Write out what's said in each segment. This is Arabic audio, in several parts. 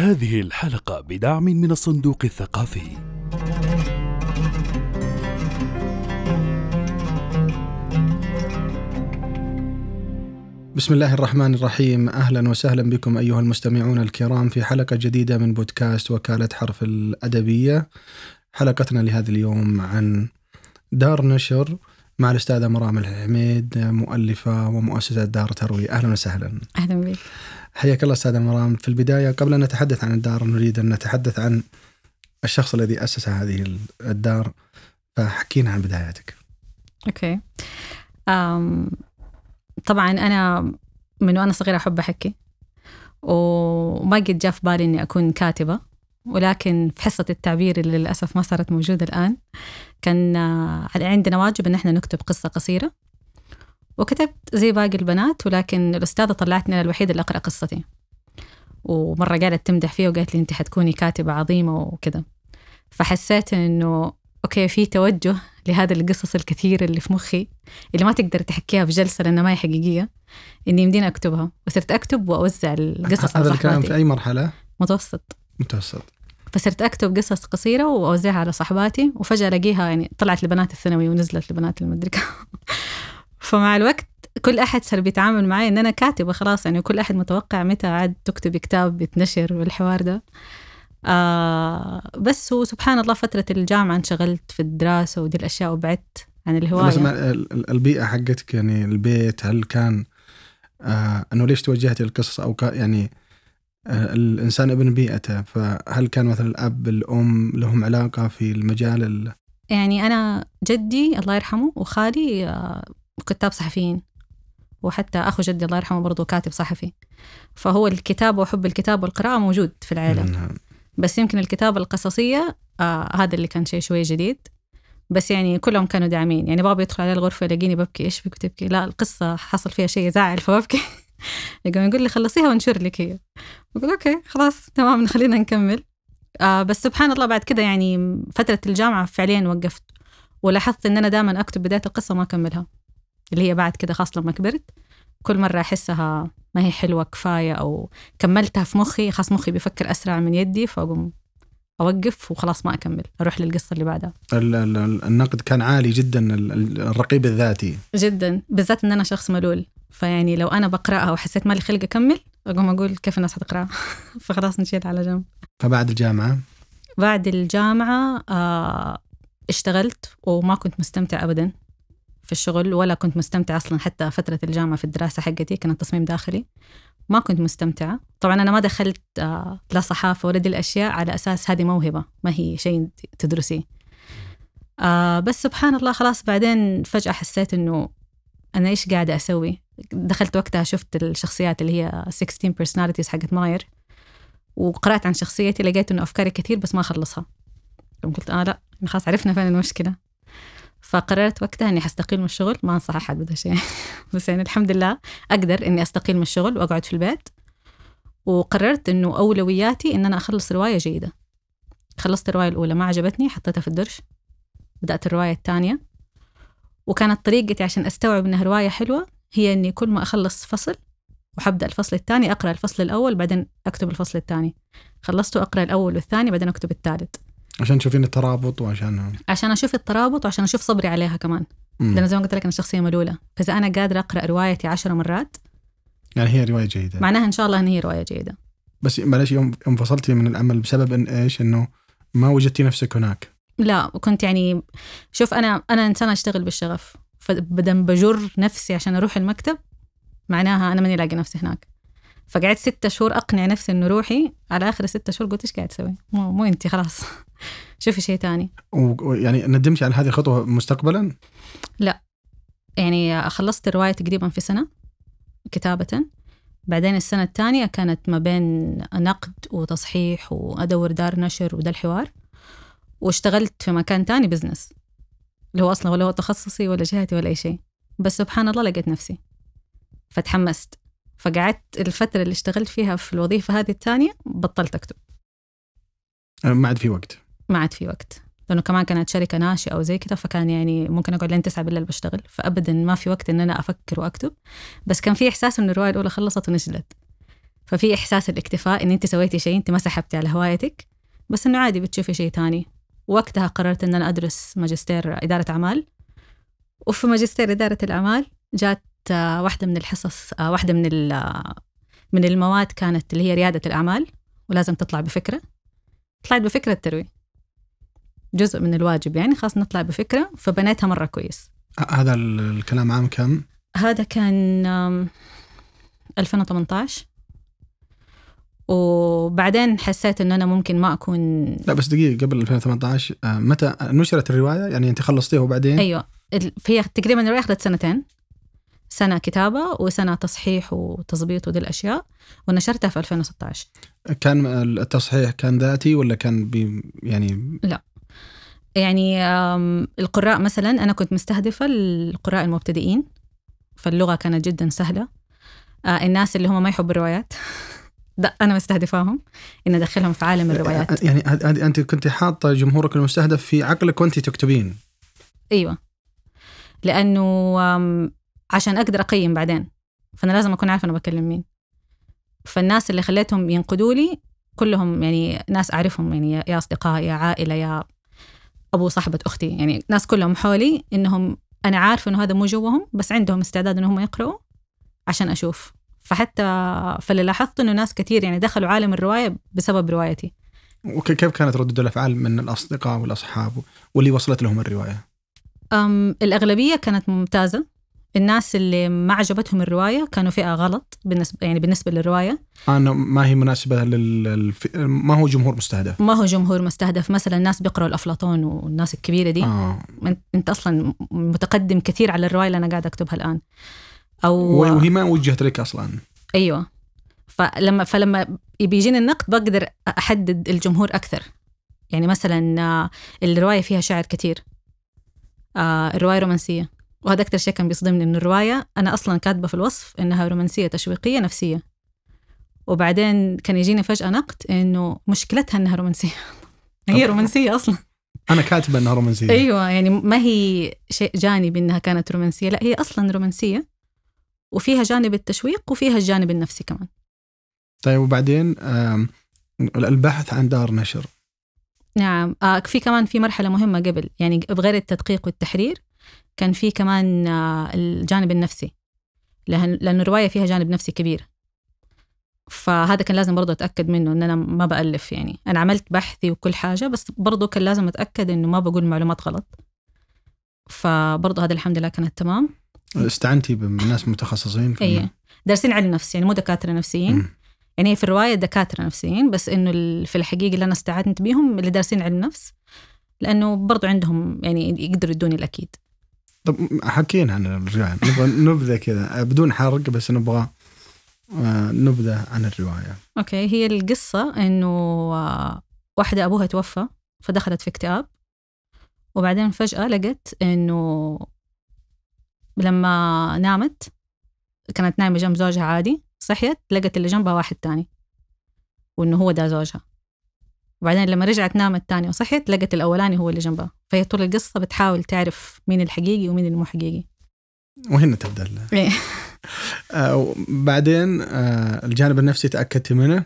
هذه الحلقة بدعم من الصندوق الثقافي. بسم الله الرحمن الرحيم. أهلا وسهلا بكم أيها المستمعون الكرام في حلقة جديدة من بودكاست وكالة حرف الأدبية. حلقتنا لهذا اليوم عن دار نشر مع الأستاذة مرام الحميد، مؤلفة ومؤسسة دار تروي. أهلا وسهلا. أهلا بك. حياك الله أستاذة مرام. في البداية قبل أن نتحدث عن الدار نريد أن نتحدث عن الشخص الذي أسس هذه الدار، فحكينا عن بداياتك. أوكي. طبعا أنا من وأنا صغيرة أحب أحكي، وما قد جاء في بالي إني أكون كاتبة، ولكن في حصة التعبير اللي للأسف ما صارت موجودة الآن كان عندنا واجب إن إحنا نكتب قصة قصيرة، وكتبت زي باقي البنات، ولكن الأستاذة طلعتني أنا الوحيدة اللي أقرأ قصتي، ومرة قالت تمدح فيها وقالت لي أنت حتكوني كاتبة عظيمة وكذا. فحسيت إنه أوكي، في توجه لهذا القصص الكثيرة اللي في مخي اللي ما تقدر تحكيها في جلسة لأنها ما هي حقيقية، إني يمديني أكتبها. وصرت أكتب وأوزع القصص على هذا صحباتي. الكلام في أي مرحلة؟ متوسط. فصرت أكتب قصص قصيرة وأوزعها على صحباتي، وفجأة ألاقيها يعني طلعت لبنات الثانوي ونزلت لبنات المدركة. فمع الوقت كل أحد صار بيتعامل معي إن أنا كاتبة خلاص، يعني كل أحد متوقع متى عاد تكتب كتاب بيتنشر والحوار ده. بس وسبحان الله فترة الجامعة انشغلت في الدراسة ودي الأشياء وبعدت عن الهواية. بس البيئة حقتك، يعني البيت، هل كان أنه ليش توجهت القصص أو يعني الإنسان ابن بيئته، فهل كان مثلا الأب الأم لهم علاقة في المجال يعني أنا جدي الله يرحمه وخالي كتاب صحفيين، وحتى أخو جدي الله يرحمه برضو كاتب صحفي، فهو الكتاب وحب الكتاب والقراءة موجود في العائلة. بس يمكن الكتابة القصصية هذا اللي كان شيء شوي جديد، بس يعني كلهم كانوا داعمين. يعني بابا يدخل على الغرفة يلاقيني ببكي، إيش بك تبكي؟ لا القصة حصل فيها شيء يزعل فببكي. يقول لي خلصيها ونشر لك هي، أقول أوكي خلاص تمام خلينا نكمل. بس سبحان الله بعد كده يعني فترة الجامعة فعليا وقفت، ولاحظت إن أنا دائما أكتب بداية القصة ما أكملها، اللي هي بعد كده خاص لما كبرت كل مرة أحسها ما هي حلوة كفاية أو كملتها في مخي، خاص مخي بيفكر أسرع من يدي، فأقوم أوقف وخلاص ما أكمل، أروح للقصة اللي بعدها. النقد كان عالي جدا، الرقيب الذاتي جدا، بالذات إن أنا شخص ملول، فيعني لو أنا بقرأها وحسيت مالي خلق أكمل أقوم أقول كيف الناس هتقرأها. فخلاص نشيل على جنب. فبعد الجامعة؟ بعد الجامعة اشتغلت وما كنت مستمتع أبدا في الشغل، ولا كنت مستمتع أصلا. حتى فترة الجامعة في الدراسة حقتي كانت تصميم داخلي، ما كنت مستمتعة. طبعا أنا ما دخلت لا صحافة ولا دي الأشياء على أساس هذه موهبة، ما هي شيء تدرسيه. بس سبحان الله خلاص بعدين فجأة حسيت إنه أنا إيش قاعدة أسوي. دخلت وقتها شفت الشخصيات اللي هي 16 personalities حقت ماير، وقرأت عن شخصيتي لقيت إنه أفكاري كثير بس ما أخلصها. قلت لا خلاص عرفنا فين المشكلة. فقررت وقتها إني حستقيل من الشغل. ما أنصح أحد بهذا الشيء، بس يعني الحمد لله أقدر إني أستقيل من الشغل وأقعد في البيت. وقررت إنه أولوياتي إن أنا أخلص رواية جيدة. خلصت الرواية الأولى ما عجبتني، حطيتها في الدرج. بدأت الرواية الثانية، وكانت طريقتي عشان أستوعب إنها رواية حلوة هي إني كل ما أخلص فصل وحبدأ الفصل الثاني أقرأ الفصل الأول بعدين أكتب الفصل الثاني. خلصته أقرأ الأول والثاني بعدين أكتب الثالث، عشان تشوفين الترابط وعشان أشوف الترابط وعشان أشوف صبري عليها كمان. لأن زي ما قلت لك أنا شخصية ملولة، فإذا أنا قادرة أقرأ روايتي 10 مرات يعني هي رواية جيدة، معناها إن شاء الله إن هي رواية جيدة. بس معلش يوم انفصلتي من العمل بسبب إن إيش؟ إنه ما وجدتي نفسك هناك؟ لا كنت يعني شوف أنا إنسان أشتغل بالشغف، فبدأ بجر نفسي عشان أروح المكتب معناها أنا ماني لاقي نفسي هناك. فقعدت 6 شهور أقنع نفسي إنه روحي. على آخر 6 شهور قلت إيش قاعد تسوي؟ مو أنتي خلاص. شوفي شيء تاني. ويعني ندمتي على هذه الخطوة مستقبلا؟ لا يعني خلصت الرواية تقريبا في سنة كتابة. بعدين السنة الثانية كانت ما بين نقد وتصحيح وأدور دار نشر وده الحوار، واشتغلت في مكان تاني بزنس اللي هو أصلا ولا هو تخصصي ولا جهتي ولا أي شيء. بس سبحان الله لقيت نفسي فتحمست، فقعدت الفترة اللي اشتغلت فيها في الوظيفة هذه الثانية بطلت أكتب. ما عاد في وقت لأنه كمان كانت شركة ناشئة أو زي كده، فكان يعني ممكن أقعد لين 9 بالليل بشتغل، فأبدا ما في وقت إن أنا أفكر وأكتب. بس كان في إحساس إن الرواية الأولى خلصت ونزلت، ففي إحساس الاكتفاء إن أنت سويتي شيء، أنت ما سحبتي على هوايتك، بس إنه عادي بتشوفي شيء تاني. وقتها قررت إن أنا أدرس ماجستير إدارة أعمال، وفي ماجستير إدارة الأعمال جات واحدة من الحصص، واحدة من المواد كانت اللي هي ريادة الأعمال، ولازم تطلع بفكرة. طلعت بفكرة تروي، جزء من الواجب يعني، خاص نطلع بفكرة، فبنيتها مرة كويس. هذا الكلام عام كم؟ هذا كان 2018. وبعدين حسيت إن أنا ممكن ما أكون. لا بس دقيقة، قبل 2018 متى نشرت الرواية؟ يعني أنت خلصتيها وبعدين؟ أيوة، هي تقريبا الرواية أخذت 2 سنة كتابة وسنة تصحيح وتضبيط ودي الأشياء، ونشرتها في 2016. كان التصحيح كان ذاتي ولا كان يعني؟ لا يعني القراء مثلا أنا كنت مستهدفة القراء المبتدئين، فاللغة كانت جدا سهلة. الناس اللي هم ما يحبوا الروايات أنا مستهدفاهم إن أدخلهم في عالم الروايات. يعني أنت كنت حاطة جمهورك المستهدف في عقلك وأنت تكتبين؟ أيوة، لأنه عشان أقدر أقيم بعدين، فأنا لازم أكون عارفة أنا بكلم مين. فالناس اللي خليتهم ينقدوا لي كلهم يعني ناس أعرفهم، يعني يا أصدقاء يا عائلة يا أبو صاحبة أختي، يعني ناس كلهم حولي إنهم أنا عارفة إنه هذا مو جوهم، بس عندهم استعداد إنهم يقرأوا عشان أشوف. فاللي لاحظت إنه ناس كتير يعني دخلوا عالم الرواية بسبب روايتي. وكيف كانت ردود الأفعال من الأصدقاء والأصحاب واللي وصلت لهم الرواية؟ الأغلبية كانت ممتازة. الناس اللي ما عجبتهم الرواية كانوا فئة غلط بالنسبة للرواية. أنا ما هي مناسبة ما هو جمهور مستهدف. ما هو جمهور مستهدف. مثلا الناس بيقرأوا الأفلاطون والناس الكبيرة دي. أنت أصلا متقدم كثير على الرواية اللي أنا قاعدة أكتبها الآن، وهي ما وجهت لك أصلا. أيوة. فلما بيجيني النقد بقدر أحدد الجمهور أكثر. يعني مثلا الرواية فيها شعر كتير، الرواية رومانسية، وهذا أكتر شيء كان بيصدمني إنه الرواية أنا أصلاً كاتبة في الوصف إنها رومانسية تشويقية نفسية، وبعدين كان يجيني فجأة نقد إنه مشكلتها إنها رومانسية. هي رومانسية أصلاً. أنا كاتبة إنها رومانسية. أيوة، يعني ما هي شيء جانبي إنها كانت رومانسية، لا هي أصلاً رومانسية وفيها جانب التشويق وفيها الجانب النفسي كمان. طيب وبعدين البحث عن دار نشر. نعم. في كمان في مرحلة مهمة قبل، يعني بغير التدقيق والتحرير كان في كمان الجانب النفسي، لأن الرواية فيها جانب نفسي كبير. فهذا كان لازم برضو أتأكد منه إن أنا ما بألف، يعني أنا عملت بحثي وكل حاجة، بس برضو كان لازم أتأكد إنه ما بقول معلومات غلط. فبرضو هذا الحمد لله كانت تمام. استعنتي بناس متخصصين؟ أيه، دارسين علم نفس، يعني مو دكاترة نفسيين. يعني في الرواية دكاترة نفسيين، بس إنه في الحقيقة اللي أنا استعنت بيهم اللي دارسين علم نفس، لأنه برضو عندهم يعني يقدروا يدوني الأكيد. طب حكينا عن الرواية، نبغى نبذة كذا بدون حرق، بس نبغى نبذة عن الرواية. أوكي، هي القصة إنه واحدة أبوها توفى فدخلت في اكتئاب، وبعدين فجأة لقت إنه لما نامت كانت نايمة جنب زوجها عادي، صحيت لقت اللي جنبها واحد تاني وإنه هو ده زوجها. وبعدين لما رجعت نامت تاني وصحيت لقت الأولاني هو اللي جنبها. فهي طول القصة بتحاول تعرف مين الحقيقي ومين المو حقيقي، وهنا تبدأ بعدين الجانب النفسي تأكدت منه.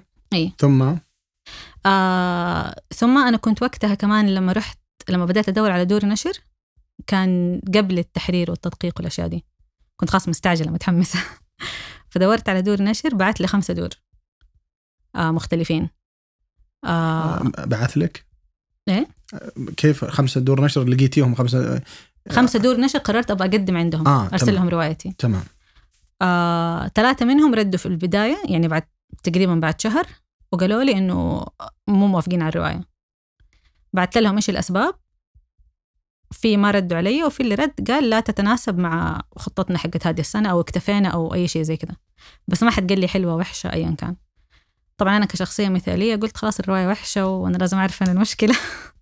ثم أنا كنت وقتها كمان لما بدأت أدور على دور نشر كان قبل التحرير والتدقيق والأشياء دي، كنت خاص مستعجلة متحمسة. فدورت على دور نشر، بعت لي 5 دور مختلفين. بعث لك؟ إيه؟ كيف 5 دور نشر لقيتيهم؟ 5 دور نشر قررت أبغى أقدم عندهم، أرسل لهم روايتي. تمام. 3 منهم ردوا في البداية، يعني بعد شهر، وقالوا لي إنه مو موافقين على الرواية. بعت لهم إيش الأسباب، في ما ردوا علي، وفي اللي رد قال لا تتناسب مع خطتنا حقت هذه السنة أو اكتفينا أو أي شيء زي كده، بس ما حد قال لي حلوة وحشة أيا كان. طبعا أنا كشخصية مثالية قلت خلاص الرواية وحشة وأنا لازم أعرف عن المشكلة.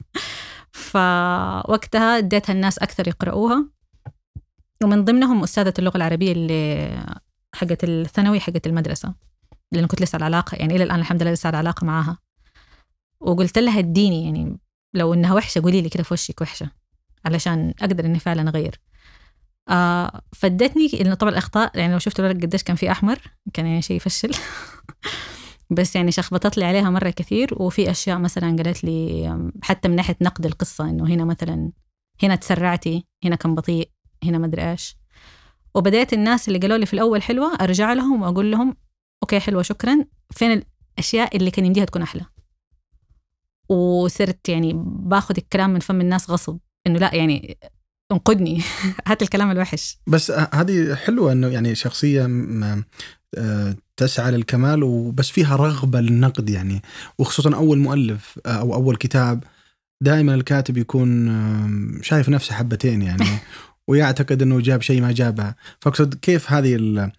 فوقتها اديتها الناس أكثر يقرؤوها، ومن ضمنهم أستاذة اللغة العربية اللي حقت الثانوي حقت المدرسة، لأن كنت لسه على علاقة، يعني إلى الآن الحمد لله لسه على علاقة معاها. وقلت لها اديني، يعني لو إنها وحشة قولي لي كده في وشك وحشة علشان أقدر إني فعلا أغير. فادتني إنه طبعا الأخطاء، يعني لو شفت الورق قديش كان فيه أحمر كان يعني شيء يفشل بس يعني شخبطت لي عليها مرة كثير. وفي أشياء مثلا قالت لي حتى من ناحية نقد القصة، إنه هنا مثلا هنا تسرعتي، هنا كان بطيء، هنا ما أدري إيش. وبدأت الناس اللي قالوا لي في الأول حلوة أرجع لهم وأقول لهم أوكي حلوة شكرا، فين الأشياء اللي كان يمديها تكون أحلى. وصرت يعني باخذ الكلام من فم الناس غصب، إنه لا يعني انقدني هات الكلام الوحش. بس هذه حلوة إنه يعني شخصية تسعى للكمال وبس فيها رغبة للنقد يعني. وخصوصا أول مؤلف أو أول كتاب دائما الكاتب يكون شايف نفسه حبتين يعني ويعتقد إنه جاب شيء ما جابها. فأقصد كيف هذه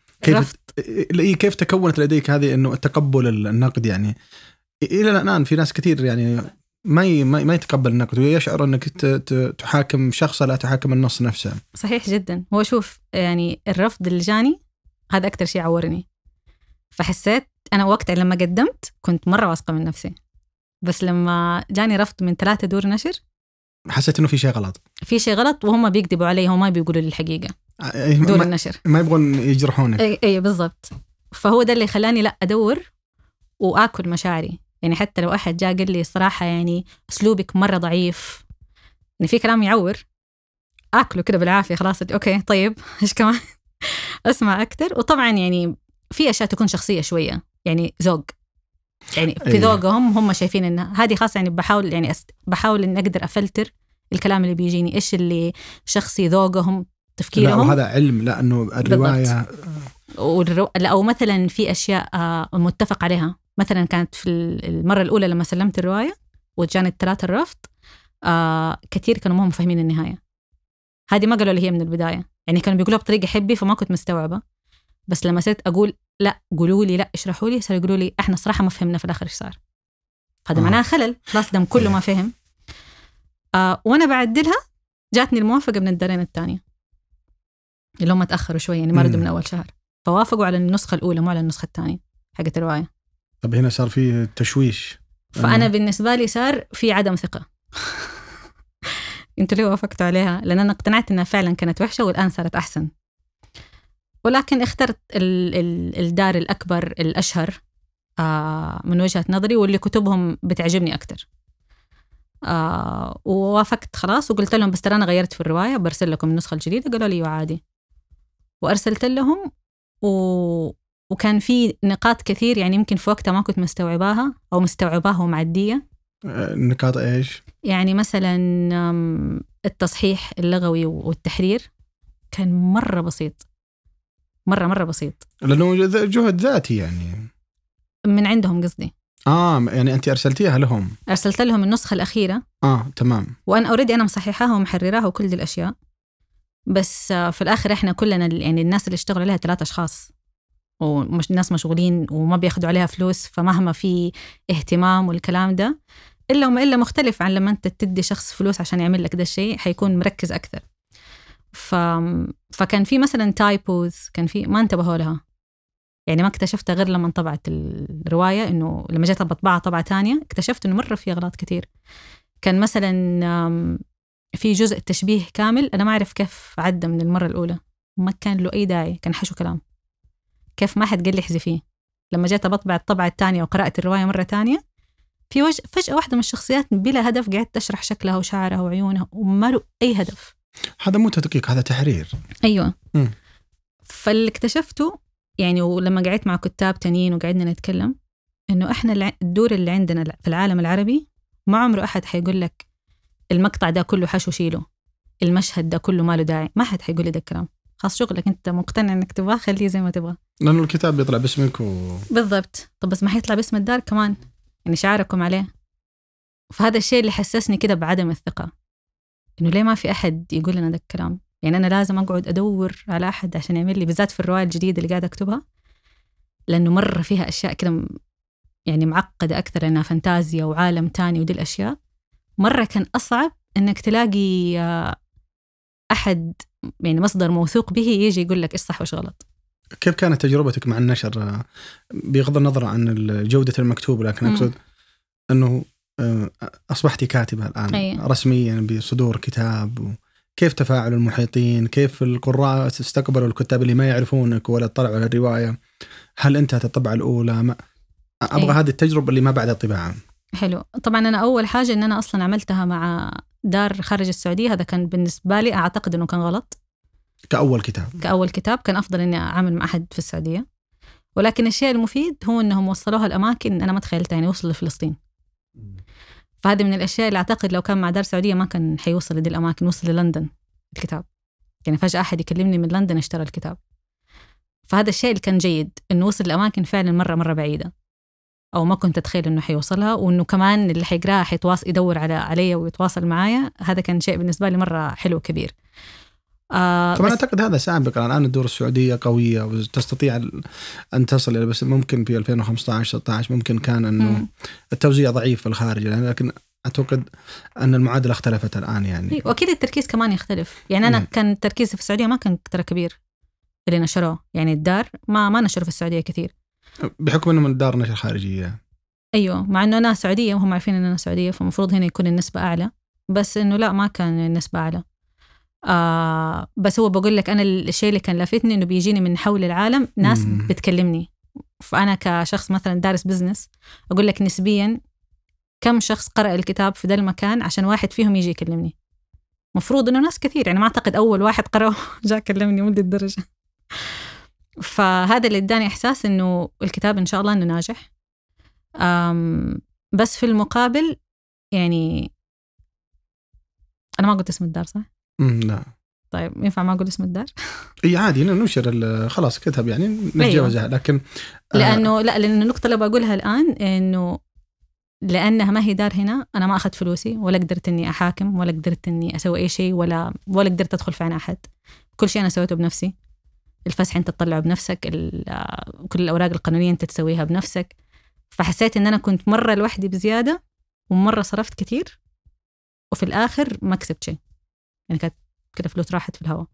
كيف تكونت لديك هذه إنه تقبل النقد يعني. إلى الآن في ناس كثير يعني ما يتقبل النقد ويشعر أنك تحاكم شخص لا تحاكم النص نفسه. صحيح جدا. هو شوف يعني الرفض اللي جاني هذا أكتر شيء عورني. فحسيت أنا وقتها لما قدمت كنت مرة واثقة من نفسي، بس لما جاني رفض من 3 دور نشر حسيت إنه في شيء غلط وهم بيكذبوا علي، هم ما بيقولوا لي الحقيقة. دور النشر ما يبغون يجرحونك. أي بالضبط. فهو ده اللي خلاني لا أدور وآكل مشاعري. يعني حتى لو أحد جاء قال لي صراحة يعني أسلوبك مرة ضعيف، يعني في كلام يعور، أكله كده بالعافية خلاص. أوكي طيب إيش كمان أسمع أكتر. وطبعا يعني في أشياء تكون شخصية شوية، يعني ذوق، يعني في ذوقهم هم شايفين إن هذه خاصة. يعني بحاول إن أقدر أفلتر الكلام اللي بيجيني، إيش اللي شخصي ذوقهم تفكيرهم. لا وهذا علم، لأنه الرواية أو مثلا في أشياء متفق عليها. مثلا كانت في المرة الأولى لما سلمت الرواية وجاني 3 الرفض، كثير كانوا ما هم فاهمين النهاية. هذه ما قالوا لي هي من البداية، يعني كانوا بيقولوا بطريقة حبي فما كنت مستوعبة. بس لما صرت أقول لا قولوا لي، لا اشرحوا لي، صاروا يقولوا لي احنا صراحة ما فهمنا في الآخر ايش صار. هذا معناه خلل، خلاص دم كله ما فهم. وأنا بعدلها جاتني الموافقة من الدارين الثانية اللي هم تأخروا شوية، يعني ما ردوا من أول شهر، فوافقوا على النسخة الأولى مو على النسخة الثانية حقت الرواية. طب هنا صار في تشويش. فأنا بالنسبة لي صار في عدم ثقة. انتوا ليه وافقتوا عليها؟ لأن أنا اقتنعت إنها فعلا كانت وحشة والآن صارت أحسن. ولكن اخترت الدار الأكبر الأشهر من وجهة نظري واللي كتبهم بتعجبني أكتر. ووافقت خلاص وقلت لهم بس ترى أنا غيرت في الرواية، برسل لكم النسخة الجديدة. قالوا لي عادي، وأرسلت لهم. وكان في نقاط كثير يعني يمكن في وقتها ما كنت مستوعباها أو مستوعباها ومعدية. نقاط إيش؟ يعني مثلا التصحيح اللغوي والتحرير كان مرة بسيط، مرة بسيط، لأنه جهد ذاتي يعني من عندهم قصدي. يعني أنت أرسلتيها لهم؟ أرسلت لهم النسخة الأخيرة. تمام. وأنا أوريدي أنا مصححاها ومحرراها وكل دي الأشياء. بس في الآخر إحنا كلنا يعني الناس اللي اشتغلوا عليها 3 أشخاص ومش ناس مشغولين وما بياخدوا عليها فلوس، فمهما في اهتمام والكلام ده إلا مختلف عن لما أنت تدي شخص فلوس عشان يعمل لك ده الشيء، حيكون مركز أكثر. فكان في مثلا تايبوز كان في ما انتبهوا لها، يعني ما اكتشفتها غير لما طبعت الرواية. إنه لما جيت بطبعها طبعة تانية اكتشفت إنه مرة في أغلاط كتير. كان مثلا في جزء تشبيه كامل أنا ما أعرف كيف عدى من المرة الأولى، ما كان له أي داعي، كان حشو كلام. كيف ما حد قال لي احذفيه. لما جيت بطبع الطبعة التانية وقرأت الرواية مرة تانية، في فجأة واحدة من الشخصيات بلا هدف قاعدة تشرح شكلها وشعرها وعيونها وما له أي هدف. هذا مو تدقيق، هذا تحرير. أيوة. فاللي اكتشفته يعني ولما قعدت مع كتاب تانيين وقعدنا نتكلم إنه إحنا الدور اللي عندنا في العالم العربي ما عمره أحد حيقول لك المقطع ده كله حشو شيله، المشهد ده كله ما له داعي. ما حد حيقول لي ده الكلام. خاص شغلك أنت مقتنع إنك تبغاه خليه زي ما تبغى، لأنه الكتاب بيطلع باسمك بالضبط. طب بس ما حيطلع باسم الدار كمان، يعني شعاركم عليه. فهذا الشيء اللي حسسني كده بعدم الثقة، إنه ليه ما في أحد يقول لنا ده الكلام. يعني أنا لازم أقعد أدور على أحد عشان يعمل لي، بالذات في الرواية الجديدة اللي قاعدة أكتبها، لأنه مرة فيها أشياء كده يعني معقدة أكثر، لأنها فانتازيا وعالم تاني ودي الأشياء. مرة كان أصعب إنك تلاقي أحد يعني مصدر موثوق به يجي يقول لك إيش صح وإيش غلط. كيف كانت تجربتك مع النشر بغض النظر عن جودة المكتوب؟ لكن أقصد أنه أصبحتي كاتبة الآن رسميا بصدور كتاب، كيف تفاعل المحيطين؟ كيف القراء استقبلوا الكتاب اللي ما يعرفونك ولا اطلعوا على الرواية؟ هل انتهت الطبعة الأولى؟ أبغى هذه التجربة اللي ما بعد الطباعة. حلو. طبعا أنا أول حاجة إن أنا أصلا عملتها مع دار خارج السعودية، هذا كان بالنسبة لي أعتقد إنه كان غلط. كأول كتاب كان أفضل إني أعمل مع أحد في السعودية، ولكن الشيء المفيد هو إنهم وصلوها الأماكن أنا ما تخيلتها، يعني وصل لفلسطين. فهذه من الأشياء اللي أعتقد لو كان مع دار سعودية ما كان حيوصل لدي الأماكن. وصل للندن الكتاب، يعني فجأة أحد يكلمني من لندن اشترى الكتاب. فهذا الشيء اللي كان جيد، إنه وصل لأماكن فعلا مرة بعيدة أو ما كنت أتخيل إنه حيوصلها، وإنه كمان اللي حيقراها يدور علي ويتواصل معايا. هذا كان شيء بالنسبة لي مرة حلو كبير. كمان أعتقد هذا سابق. الآن الدور السعودية قوية وتستطيع أن تصل إلى، بس ممكن في 2015-16 ممكن كان إنه التوزيع ضعيف في الخارج يعني، لكن أعتقد أن المعادلة اختلفت الآن يعني. وأكيد التركيز كمان يختلف يعني. أنا كان تركيزي في السعودية ما كان ترى كبير اللي نشروه، يعني الدار ما نشروا في السعودية كثير بحكم إنه من الدار نشر خارجية. أيوة، مع إنه أنا سعودية وهم عارفين إن أنا سعودية، فمفروض هنا يكون النسبة أعلى، بس إنه لا ما كان النسبة أعلى. بس هو بقول لك أنا الشيء اللي كان لافتني إنه بيجيني من حول العالم ناس بتكلمني. فأنا كشخص مثلا دارس بزنس أقول لك نسبيا كم شخص قرأ الكتاب في ذا المكان عشان واحد فيهم يجي يكلمني. مفروض إنه ناس كثير، يعني ما أعتقد أول واحد قرأ جاء كلمني من الدرجة. فهذا اللي اداني إحساس إنه الكتاب إن شاء الله إنه ناجح. بس في المقابل يعني أنا ما قلت اسم الدار صح؟ لا. طيب ينفع ما أقول اسم الدار؟ إيه عادي ننشر خلاص كتب يعني نتجاوزها. أيوة. لكن لأن النقطة اللي بقولها الآن إنه لأنها ما هي دار هنا، أنا ما أخذت فلوسي ولا قدرت إني أحاكم ولا قدرت إني أسوي أي شيء ولا قدرت أدخل في عين أحد. كل شيء أنا سويته بنفسي. الفسح أنت تطلعه بنفسك، كل الأوراق القانونية أنت تسويها بنفسك. فحسيت إن أنا كنت مرة لوحدي بزيادة ومرة صرفت كتير وفي الآخر ما كسبت شيء، يعني كانت كده فلوس راحت في الهواء.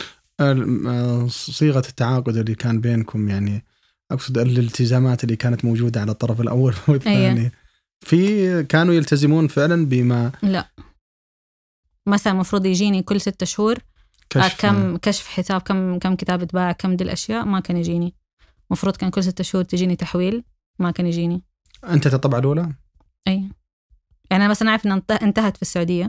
صيغة التعاقد اللي كان بينكم، يعني أقصد الالتزامات اللي كانت موجودة على الطرف الأول والثاني. أيه. في كانوا يلتزمون فعلا بما لا، مثلا المفروض يجيني كل 6 شهور كم كشف حساب، كم كتاب اتباع، كم دي الأشياء، ما كان يجيني. مفروض كان كل 6 شهور تجيني تحويل، ما كان يجيني. أنت الطبعة الأولى؟ أي يعني أنا مثلا عارف إن انتهت في السعودية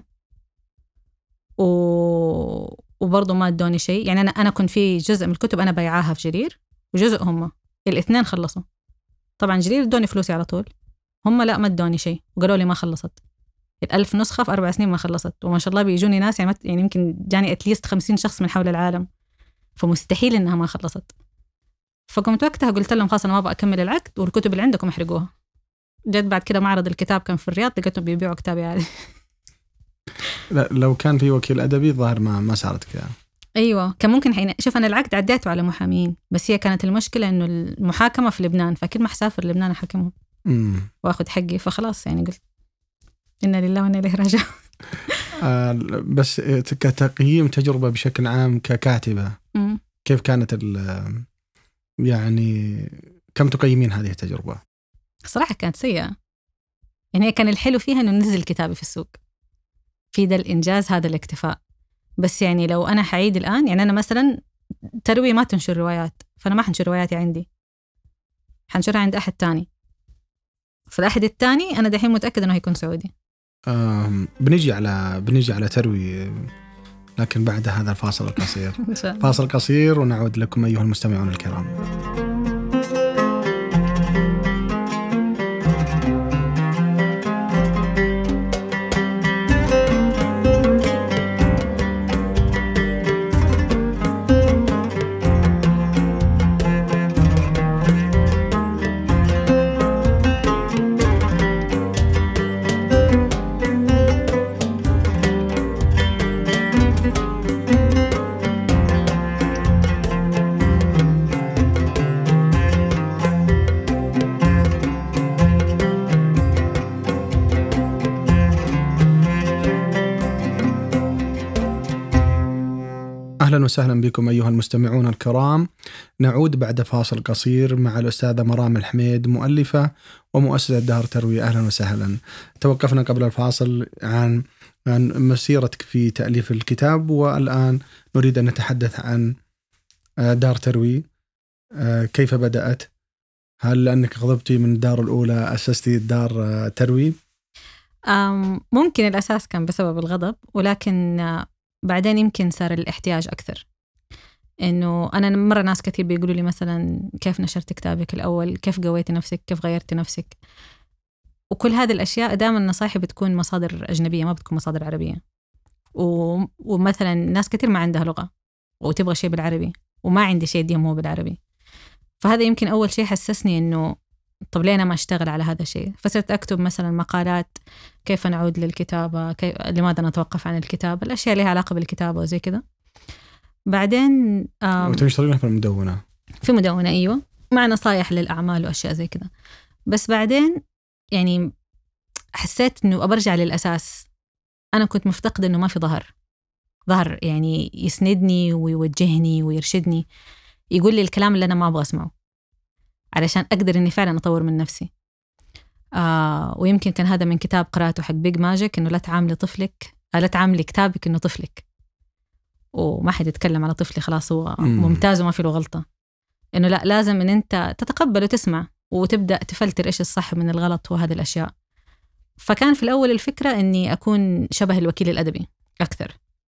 وبرضه ما ادوني شيء. يعني أنا كنت في جزء من الكتب أنا بيعاها في جرير وجزء هم الاثنين خلصوا. طبعا جرير ادوني فلوسي على طول، هم لا ما ادوني شيء وقالوا لي ما خلصت. 1000 نسخة في 4 سنين ما خلصت، وما شاء الله بيجوني ناس يعني يمكن جاني اتليست 50 شخص من حول العالم، فمستحيل إنها ما خلصت. فقمت وقتها قلت لهم خلاص أنا ما أبغى أكمل العقد والكتب اللي عندكم احرقوها. جيت بعد كده معرض الكتاب كان في الرياض، لقيتهم بيبيعوا كتابي عادي. لا لو كان في وكيل أدبي ظاهر ما صارت كده. أيوة كان ممكن شوف أنا العقد عديته على محامين، بس هي كانت المشكلة إنه المحاكمة في لبنان، فكل ما حسافر لبنان أحاكمهم وأخذ حقي. فخلاص يعني قلت إنا لله وإنا إليه راجعون. بس كتقييم تجربة بشكل عام ككاتبة كيف كانت يعني كم تقيمين هذه التجربة؟ صراحة كانت سيئة. يعني كان الحلو فيها إنه نزل كتابي في السوق، في ده الإنجاز، هذا الاكتفاء. بس يعني لو أنا حعيد الآن، يعني أنا مثلا تروي ما تنشر روايات، فأنا ما حنشر رواياتي عندي، حنشرها عند أحد تاني. فالأحد التاني أنا دحين متأكد إنه هيكون سعودي. بنيجي على تروي، لكن بعد هذا الفاصل القصير. فاصل قصير ونعود لكم أيها المستمعون الكرام. أهلا وسهلا بكم أيها المستمعون الكرام. نعود بعد فاصل قصير مع الأستاذة مرام الحميد، مؤلفة ومؤسسة دار تروي. أهلا وسهلا. توقفنا قبل الفاصل عن مسيرتك في تأليف الكتاب، والآن نريد أن نتحدث عن دار تروي. كيف بدأت؟ هل لأنك غضبتي من الدار الأولى أسستي دار تروي؟ ممكن الأساس كان بسبب الغضب، ولكن بعدين يمكن صار الاحتياج أكثر. إنه أنا مرة ناس كثير بيقولوا لي مثلا كيف نشرت كتابك الأول، كيف قويتي نفسك، كيف غيرتي نفسك، وكل هذه الأشياء دائما نصايحي بتكون مصادر أجنبية، ما بتكون مصادر عربية. ومثلا ناس كثير ما عندها لغة وتبغى شيء بالعربي، وما عندي شيء يديهم هو بالعربي. فهذا يمكن أول شيء حسسني إنه طب ليه أنا ما أشتغل على هذا الشيء. فصرت أكتب مثلا مقالات كيف نعود للكتابة، لماذا نتوقف عن الكتابة، الأشياء لها علاقة بالكتابة وزي كذا. بعدين وتنشرينها في المدونة؟ في مدونة، أيوة، مع نصايح للأعمال وأشياء زي كذا. بس بعدين يعني حسيت إنه أبرجع للأساس. أنا كنت مفتقدة إنه ما في ظهر يعني يسندني ويوجهني ويرشدني، يقول لي الكلام اللي أنا ما أبغى أسمعه، علشان أقدر إني فعلا أطور من نفسي. ويمكن كان هذا من كتاب قرأته حق بيج ماجيك، إنه لا تعاملي كتابك إنه طفلك، وما حد يتكلم على طفلي خلاص هو ممتاز وما في له غلطة. إنه لا، لازم إن أنت تتقبل وتسمع وتبدأ تفلتر إيش الصح من الغلط وهذه الأشياء. فكان في الأول الفكرة إني أكون شبه الوكيل الأدبي أكثر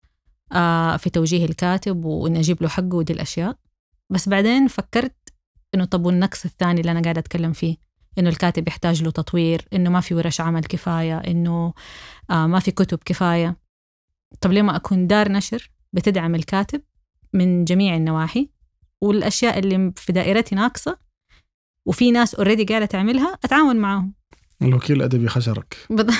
في توجيه الكاتب، وإني أجيب له حقه ودي الأشياء. بس بعدين فكرت إنه طب والنقص الثاني اللي أنا قاعدة أتكلم فيه، إنه الكاتب يحتاج له تطوير، إنه ما في ورش عمل كفاية، إنه ما في كتب كفاية. طب ليه ما أكون دار نشر بتدعم الكاتب من جميع النواحي، والأشياء اللي في دائرتي ناقصة وفي ناس أوريدي قاعدة تعملها أتعاون معهم. الوكيل الأدبي خسرك.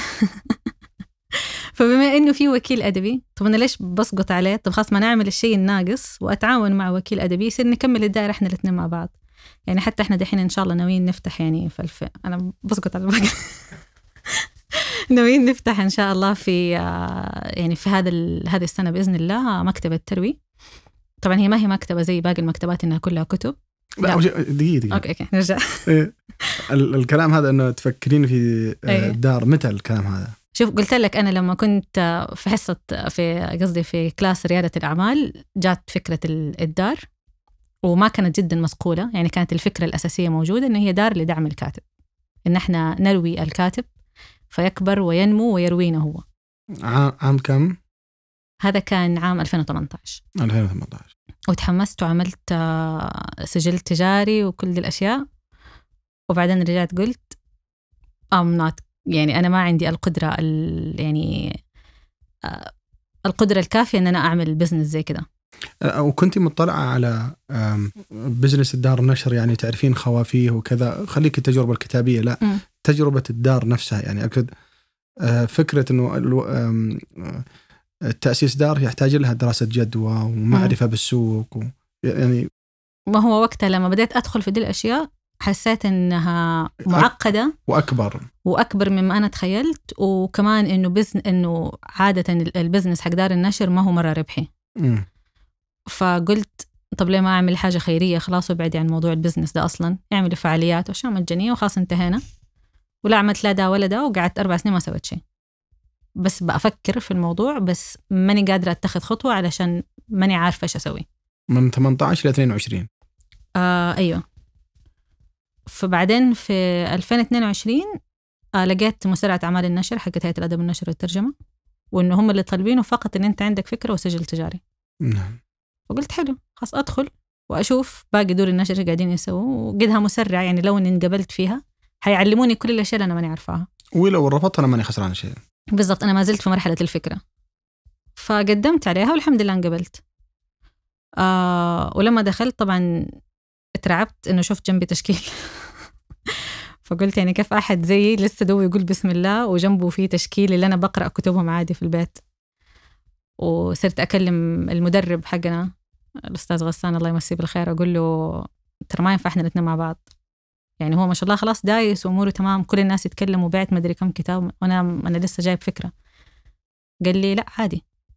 فبما إنه في وكيل أدبي، طب أنا ليش بسقط عليه؟ طب خلاص ما نعمل الشيء الناقص وأتعاون مع وكيل أدبي، يصير نكمل الدائرة إحنا الاثنين مع بعض. يعني حتى إحنا دحين إن شاء الله ناويين نفتح، يعني أنا بسقط على الباقي. ناويين نفتح إن شاء الله في يعني في هذه السنة بإذن الله مكتبة تروي. طبعا هي ما هي مكتبة زي باقي المكتبات إنها كلها كتب. لا دقيقة. أوكي نرجع. الكلام هذا إنه تفكرين في الدار، متى الكلام هذا؟ شوف، قلت لك أنا لما كنت في حصة في كلاس ريادة الأعمال، جات فكرة الدار، وما كانت جدا مسقولة. يعني كانت الفكرة الأساسية موجودة إنه هي دار لدعم الكاتب، إن إحنا نروي الكاتب فيكبر وينمو ويروينا هو. عام كم؟ هذا كان عام 2018. وتحمست وعملت سجل تجاري وكل دي الأشياء. وبعدين رجعت قلت يعني أنا ما عندي القدرة القدرة الكافية إن أنا أعمل بزنس زي كده. وكنتي مطلعة على بزنس الدار النشر، يعني تعرفين خوافيه وكذا؟ خليك التجربة الكتابية، لا تجربة الدار نفسها. يعني أكيد فكرة إنه التأسيس دار يحتاج لها دراسة جدوى ومعرفة بالسوق يعني ما هو وقتها لما بدأت أدخل في دي الأشياء حسيت إنها معقدة وأكبر مما أنا تخيلت. وكمان إنه عادة البزنس حق دار النشر ما هو مرة ربحي. فقلت طب ليه ما أعمل حاجة خيرية خلاص، وابعدي عن موضوع البزنس ده أصلا، اعملي فعاليات وأشياء مجانية وخلاص انتهينا. ولا عملت لا ده ولا ده، وقعدت 4 سنين ما سويت شيء، بس بأفكر في الموضوع، بس ماني قادرة أتخذ خطوة علشان ماني عارفة إيش أسوي. من 18 ل 22. أيوة. فبعدين في 2022 لقيت مسرعة أعمال النشر حقت هيئة الأدب والنشر والترجمة، وإنه هم اللي طالبينه فقط إن أنت عندك فكرة وسجل تجاري. نعم. فقلت حلو، خلاص أدخل وأشوف باقي دور النشر قاعدين يسووا، وقدها مسرع. يعني لو إني انقبلت فيها هيعلموني كل الأشياء اللي أنا ماني عارفاها، ولو رفضت أنا ماني خسران شيء. بالضبط، أنا ما زلت في مرحلة الفكرة. فقدمت عليها والحمد لله انقبلت. ولما دخلت طبعا اترعبت إنه شفت جنبي تشكيل. فقلت يعني كيف أحد زيي لسه دوي يقول بسم الله وجنبه فيه تشكيل اللي أنا بقرأ كتبهم عادي في البيت. وصرت أكلم المدرب حقنا الأستاذ غسان الله يمسيه بالخير، أقول له ترى ما ينفع إحنا الاثنين مع بعض. يعني هو ما شاء الله خلاص دايس وأموره تمام، كل الناس يتكلموا، وبعت مدري كم كتاب، وأنا لسه جايب فكرة. قال لي لا عادي،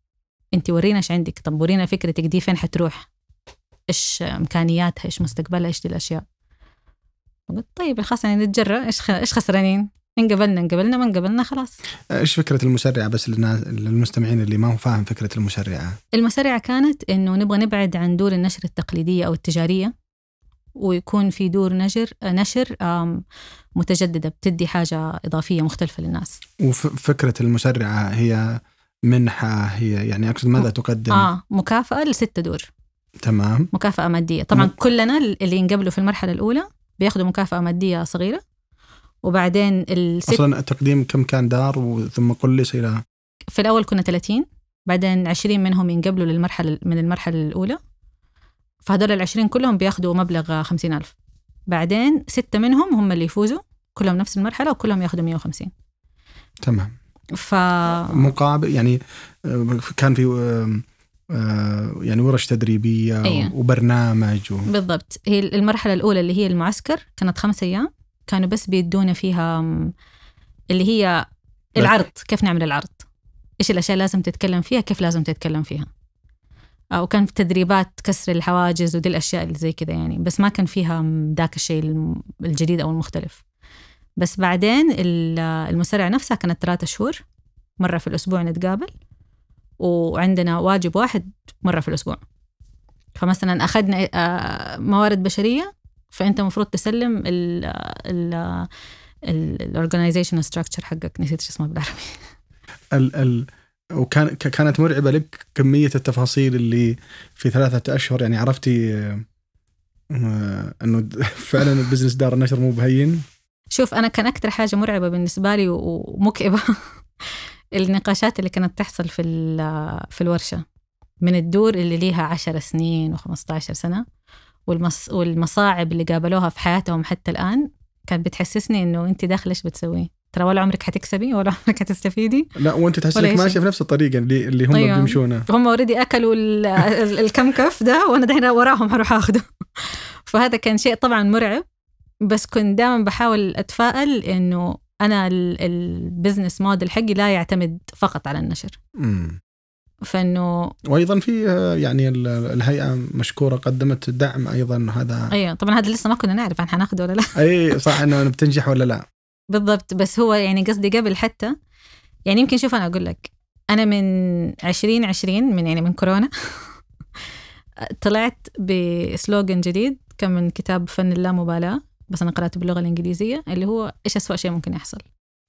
أنت ورينا إيش عندك، طب ورينا فكرتك دي فين حتروح، إيش إمكانياتها، إيش مستقبلها، إيش دي الأشياء. قلت طيب خلاص يعني نتجرأ، إيش خسرانين، إن قبلنا ما قبلنا خلاص. إيش فكرة المسرعة بس للمستمعين اللي ما هو فاهم فكرة المسرعة؟ المسرعة كانت إنه نبغى نبعد عن دور النشر التقليدية أو التجارية، ويكون في دور نشر متجددة بتدي حاجة إضافية مختلفة للناس. وفكرة المسرعة هي منحة، هي يعني أقصد ماذا تقدم؟ مكافأة ل6 دور. تمام. مكافأة مادية طبعا. كلنا اللي ينقبلوا في المرحلة الأولى بياخدوا مكافأة مادية صغيرة، وبعدين أصلا التقديم كم كان دار وثم قلص إلى؟ في الأول كنا 30، بعدين 20 منهم ينقبلوا من المرحلة الأولى، فهدول 20 كلهم بياخدوا مبلغ 50,000. بعدين 6 منهم هم اللي يفوزوا كلهم نفس المرحلة وكلهم ياخدوا 150. تمام. مقابل يعني كان في يعني ورش تدريبية. أيه. وبرنامج بالضبط. هي المرحلة الأولى اللي هي المعسكر كانت 5 أيام، كانوا بس بيدونا فيها اللي هي العرض، كيف نعمل العرض، إيش الأشياء لازم تتكلم فيها، كيف لازم تتكلم فيها. وكان في تدريبات كسر الحواجز ودي الأشياء اللي زي كده يعني، بس ما كان فيها ذاك الشيء الجديد أو المختلف. بس بعدين المسرعة نفسها كانت 3 شهور، مرة في الأسبوع نتقابل، وعندنا واجب واحد مرة في الأسبوع. فمثلا أخذنا موارد بشرية، فأنت مفروض تسلم الorganization structure حقك، نسيت شو اسمه بالعربي. وكانت مرعبة لك كمية التفاصيل اللي في 3 أشهر، يعني عرفتي أنه فعلا البزنس دار النشر مو بهين. شوف أنا كان أكتر حاجة مرعبة بالنسبة لي ومكئبة النقاشات اللي كانت تحصل في الورشة، من الدور اللي ليها 10 سنين و15 سنة، والمصاعب اللي قابلوها في حياتهم حتى الآن، كانت بتحسسني إنه أنت داخل إيش بتسوي، ترى ولا عمرك حتكسبي ولا عمرك هتستفيدي. لا وانت تحسك ماشيه في نفس الطريقه اللي هم أيوة. بيمشونه، هم اوريدي اكلوا الكم كف ده، وانا دحين وراهم هروح اخده. فهذا كان شيء طبعا مرعب، بس كنت دائما بحاول اتفائل انه انا البزنس موديل حقي لا يعتمد فقط على النشر. فانه وايضا في يعني الهيئه مشكوره قدمت دعم ايضا، هذا ايوه طبعا هذا لسه ما كنا نعرف عن حناخده ولا لا. اي صح، انه بتنجح ولا لا. بالضبط. بس هو يعني قصدي قبل حتى يعني يمكن شوف أنا أقول لك، أنا من 2020 من كورونا طلعت بسلوغن جديد، كان من كتاب فن اللامبالاة، بس أنا قرأته باللغة الإنجليزية، اللي هو إيش أسوأ شيء ممكن يحصل.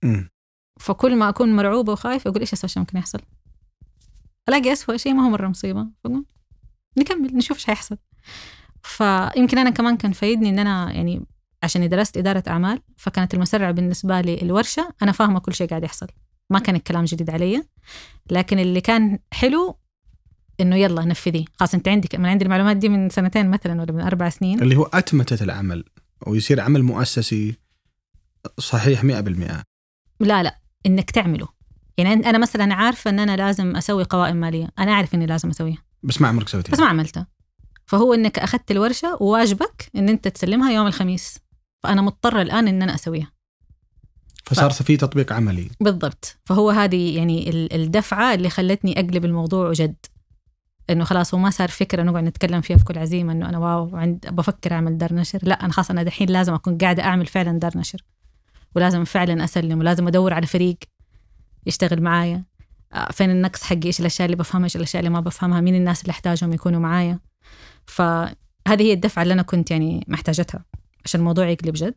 فكل ما أكون مرعوبة وخايفة أقول إيش أسوأ شيء ممكن يحصل، ألاقي أسوأ شيء ما هو مرة مصيبة، نكمل نشوف إيش هيحصل. فيمكن أنا كمان كان فايدني إن أنا يعني عشان درست إدارة أعمال، فكانت المسرع بالنسبة لي الورشة أنا فاهمة كل شيء قاعد يحصل، ما كان الكلام جديد علي. لكن اللي كان حلو إنه يلا نفذي، خلاص أنت عندي المعلومات دي من 2 مثلا ولا من 4 سنين، اللي هو أتمتة العمل ويصير عمل مؤسسي صحيح 100%. لا إنك تعمله، يعني أنا مثلا عارفة أن أنا لازم أسوي قوائم مالية، أنا أعرف إني لازم أسويها، بس ما عمرك سويتها، بس ما عملتها. فهو إنك أخذت الورشة وواجبك إن أنت تسلمها يوم الخميس، فأنا مضطرة الآن إن أنا أسويها، فصار في تطبيق عملي. بالضبط. فهو هذه يعني الدفعة اللي خلتني أقلب الموضوع جد، إنه خلاص هو ما صار فكرة نقعد نتكلم فيها في كل عزيمة إنه أنا واو بفكر أعمل دار نشر، لا أنا خلاص أنا دحين لازم أكون قاعدة أعمل فعلا دار نشر، ولازم فعلا أسلم، ولازم أدور على فريق يشتغل معايا، فين النقص حقي، إيش الأشياء اللي بفهمها، إيش الأشياء اللي ما بفهمها، مين الناس اللي أحتاجهم يكونوا معايا. فهذه هي الدفعة اللي أنا كنت يعني محتاجتها عشان الموضوع يقلب جد.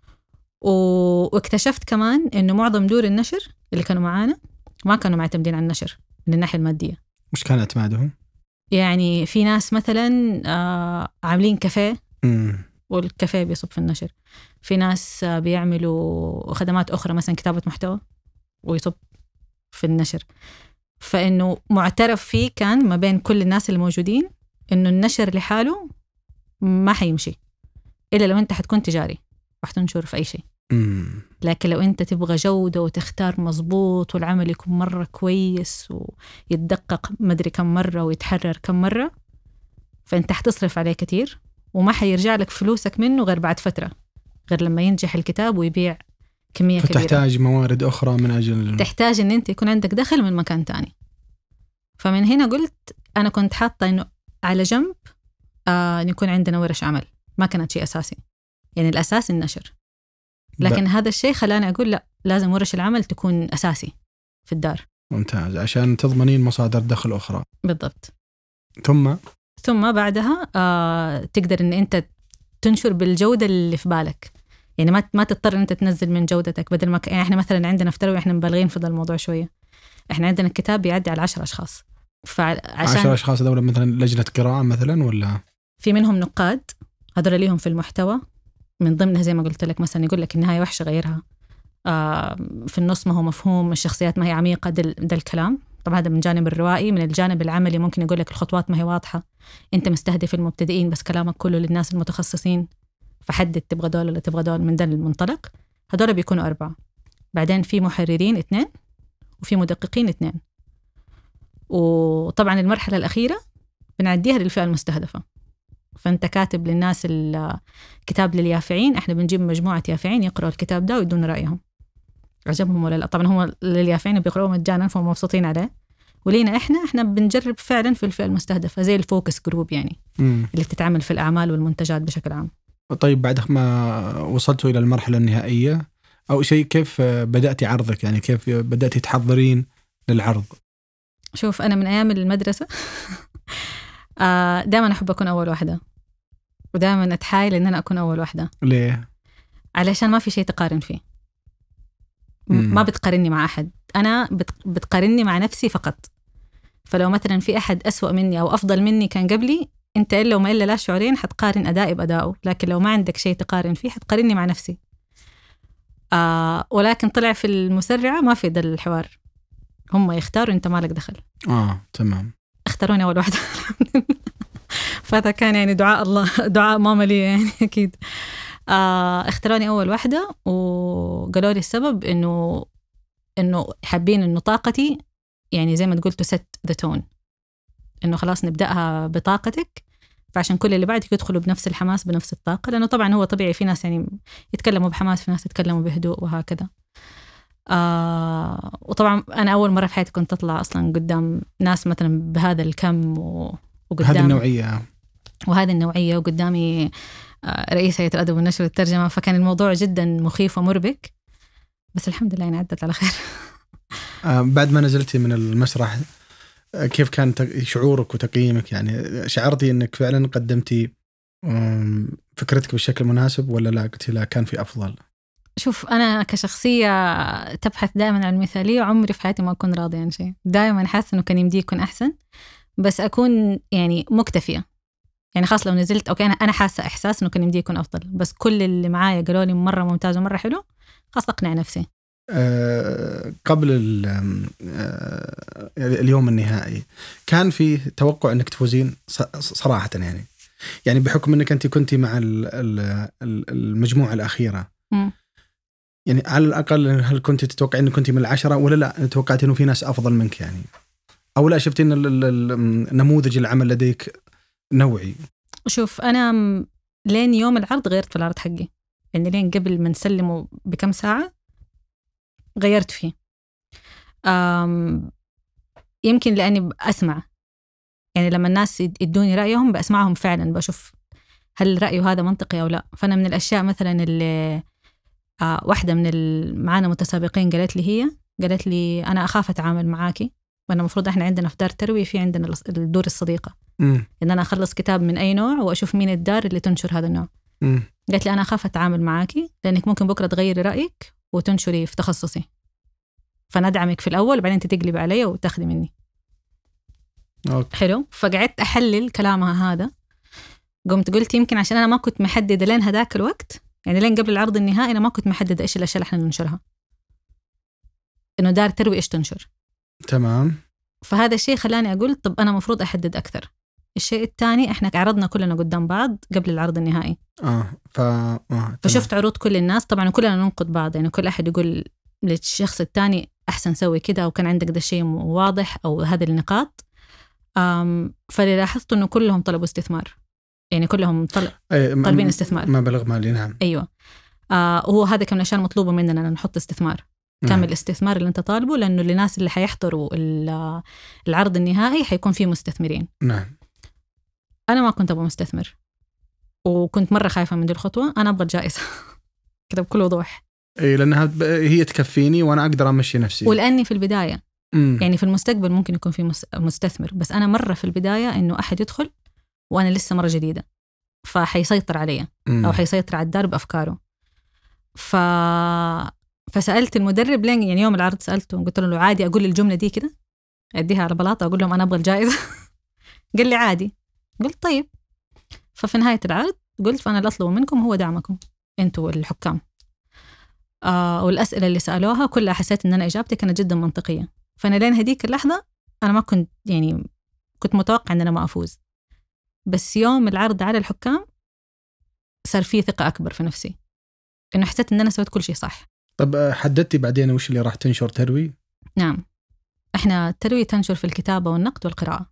واكتشفت كمان إنه معظم دور النشر اللي كانوا معانا ما كانوا معتمدين على النشر من الناحية المادية. مش كان اعتمادهم؟ يعني في ناس مثلا عاملين كافيه والكافيه بيصب في النشر، في ناس بيعملوا خدمات أخرى مثلا كتابة محتوى ويصب في النشر. فإنه معترف فيه كان ما بين كل الناس الموجودين إنه النشر لحاله ما حيمشي إلا لو أنت حتكون تجاري وحتنشر في أي شيء. لكن لو أنت تبغى جودة وتختار مظبوط والعمل يكون مرة كويس ويتدقق مدري كم مرة ويتحرر كم مرة، فأنت حتصرف عليه كتير وما حيرجع لك فلوسك منه غير بعد فترة، غير لما ينجح الكتاب ويبيع كمية كبيرة. فتحتاج موارد أخرى من أجل، تحتاج أن أنت يكون عندك دخل من مكان تاني. فمن هنا قلت أنا كنت حاطة إنه على جنب إن يكون عندنا ورش عمل، ما كانت شيء أساسي، يعني الأساس النشر. لكن هذا الشيء خلاني أقول لا، لازم ورش العمل تكون أساسي في الدار. ممتاز، عشان تضمنين مصادر دخل أخرى. بالضبط. ثم بعدها تقدر إن أنت تنشر بالجودة اللي في بالك، يعني ما تضطر إن أنت تنزل من جودتك. بدل ما يعني إحنا مثلا عندنا في تروي إحنا مبالغين في ذا الموضوع شوية، إحنا عندنا الكتاب بيعدي على 10 أشخاص. فعشان 10 أشخاص دولة مثلا لجنة قراءة مثلا، ولا في منهم نقاد هذول ليهم في المحتوى، من ضمنها زي ما قلت لك مثلا يقول لك النهاية وحشة غيرها، في النص ما هو مفهوم، الشخصيات ما هي عميقة، ده الكلام. طبعا هذا من جانب الروائي. من الجانب العملي ممكن يقول لك الخطوات ما هي واضحة، أنت مستهدف المبتدئين بس كلامك كله للناس المتخصصين، فحدد تبغى دول ولا تبغى دول. من ده المنطلق هذول بيكونوا 4. بعدين في محررين 2 وفي مدققين 2. وطبعا المرحلة الأخيرة بنعديها للفئة المستهدفة. فأنت كاتب للناس الكتاب لليافعين، إحنا بنجيب مجموعة يافعين يقرأوا الكتاب ده ويدون رأيهم عجبهم ولا لا. طبعا هم لليافعين بيقرأوا مجانا فهم مبسوطين عليه. ولينا إحنا بنجرب فعلا في الفئة المستهدفة زي الفوكس جروب يعني اللي بتتعامل في الأعمال والمنتجات بشكل عام. طيب بعد ما وصلتوا إلى المرحلة النهائية أو شيء، كيف بدأتي عرضك؟ يعني كيف بدأتي تحضرين للعرض؟ شوف أنا من أيام المدرسة دائما أحب أكون أول واحدة، ودائما أتحايل إن أنا أكون أول واحدة. ليه؟ علشان ما في شيء تقارن فيه. ما بتقارني مع أحد، أنا بتقارني مع نفسي فقط. فلو مثلا في أحد أسوأ مني أو أفضل مني كان قبلي، أنت إلا وما إلا لا شعورين حتقارن أدائي بأدائه. لكن لو ما عندك شيء تقارن فيه حتقارني مع نفسي. ولكن طلع في المسرعة ما في ده الحوار، هم يختاروا، أنت مالك دخل. تمام. اختاروني أول واحدة فهذا كان يعني دعاء الله، دعاء ماما لي يعني أكيد. اختاروني أول واحدة وقالوا لي السبب إنه حابين إنه طاقتي يعني زي ما تقول تست ذا تون، إنه خلاص نبدأها بطاقتك، فعشان كل اللي بعدك يدخلوا بنفس الحماس بنفس الطاقة. لأنه طبعا هو طبيعي في ناس يعني يتكلموا بحماس، في ناس يتكلموا بهدوء وهكذا. وطبعا أنا أول مرة في حياتي كنت أطلع أصلا قدام ناس مثلا بهذا الكم وقدام هذه النوعية وقدامي رئيس هيئة الأدب والنشر والترجمة. فكان الموضوع جدا مخيف ومربك، بس الحمد لله عدت على خير. بعد ما نزلتي من المسرح كيف كان شعورك وتقييمك؟ يعني شعرتي أنك فعلا قدمتي فكرتك بالشكل المناسب، ولا لا قلتي لا كان في أفضل؟ شوف أنا كشخصية تبحث دائما عن المثالية، عمري في حياتي ما أكون راضية عن شيء. دائما حاسة أنه كان يمدي يكون أحسن، بس أكون يعني مكتفية. يعني خاص لو نزلت أوكي أنا حاسة إحساس إنه كان يمدي يكون أفضل، بس كل اللي معايا قالوا لي مرة ممتاز ومرة حلو، خاص أقنع نفسي. قبل اليوم النهائي كان في توقع أنك تفوزين صراحة، يعني بحكم أنك أنت كنتي مع المجموعة الأخيرة. يعني على الأقل هل كنت تتوقع أنك كنت من 10 ولا لا توقعت أنه في ناس أفضل منك يعني؟ أو لا شفتي أن النموذج العمل لديك نوعي؟ شوف أنا لين يوم العرض غيرت في العرض حقي، يعني لين قبل ما نسلمه بكم ساعة غيرت فيه. يمكن لأني أسمع، يعني لما الناس يدوني رأيهم بأسمعهم فعلا، بشوف هل رأيه هذا منطقي أو لا. فأنا من الأشياء مثلا اللي واحدة من معانا متسابقين قالت لي أنا أخاف أتعامل معاكي، وأنا مفروض إحنا عندنا في دار تروي في عندنا الدور الصديقة، إن أنا أخلص كتاب من أي نوع وأشوف مين الدار اللي تنشر هذا النوع. قالت لي أنا أخاف أتعامل معاكي لأنك ممكن بكرة تغيري رأيك وتنشري في تخصصي، فندعمك في الأول وبعدين تقلب علي وتاخذي مني. حلو. فقعدت أحلل كلامها هذا، قلت يمكن عشان أنا ما كنت محددة لين هذاك الوقت، يعني لين قبل العرض النهائي أنا ما كنت محددة إيش الأشياء اللي إحنا ننشرها، إنه دار تروي إيش تنشر. تمام. فهذا الشيء خلاني أقول طب أنا مفروض أحدد أكثر. الشيء الثاني إحنا عرضنا كلنا قدام بعض قبل العرض النهائي. فشفت عروض كل الناس طبعا كلنا ننقد بعض، يعني كل أحد يقول للشخص الثاني أحسن سوي كده، أو كان عندك ده الشيء واضح، أو هذه النقاط. فلاحظت إنه كلهم طلبوا استثمار، يعني كلهم طالبين استثمار، ما بلغ مالي. نعم. أيوة. وهو هذا كان الأشياء المطلوبة مننا، نحط استثمار. كم الاستثمار اللي أنت طالبه، لأنه للناس اللي حيحضروا العرض النهائي حيكون فيه مستثمرين. نعم. أنا ما كنت أبغى مستثمر، وكنت مرة خايفة من دي الخطوة. أنا أبغى الجائزة كده بكل وضوح. إيه، لأنها هي تكفيني وأنا أقدر أمشي نفسي. ولأني في البداية يعني في المستقبل ممكن يكون في مستثمر، بس أنا مرة في البداية إنه أحد يدخل وأنا لسه مرة جديدة، فحيسيطر عليا أو حيسيطر على الدار بأفكاره. فسألت المدرب لين يعني يوم العرض سألته، قلت له عادي أقول الجملة دي كده، أديها على بلاطة أقول لهم أنا أبغى الجائزة؟ قال لي عادي. قلت طيب. ففي نهاية العرض قلت فأنا اللي أطلبه منكم هو دعمكم أنتوا الحكام. والأسئلة اللي سألوها كلها حسيت إن أنا إجابتي كانت جدا منطقية. فأنا لين هديك اللحظة أنا ما كنت يعني كنت متوقع إن أنا ما أفوز، بس يوم العرض على الحكام صار فيه ثقة أكبر في نفسي، إنه حسيت إن أنا سويت كل شيء صح. طب حددتي بعدين وش اللي راح تنشر تروي؟ نعم، إحنا التروي تنشر في الكتابة والنقد والقراءة.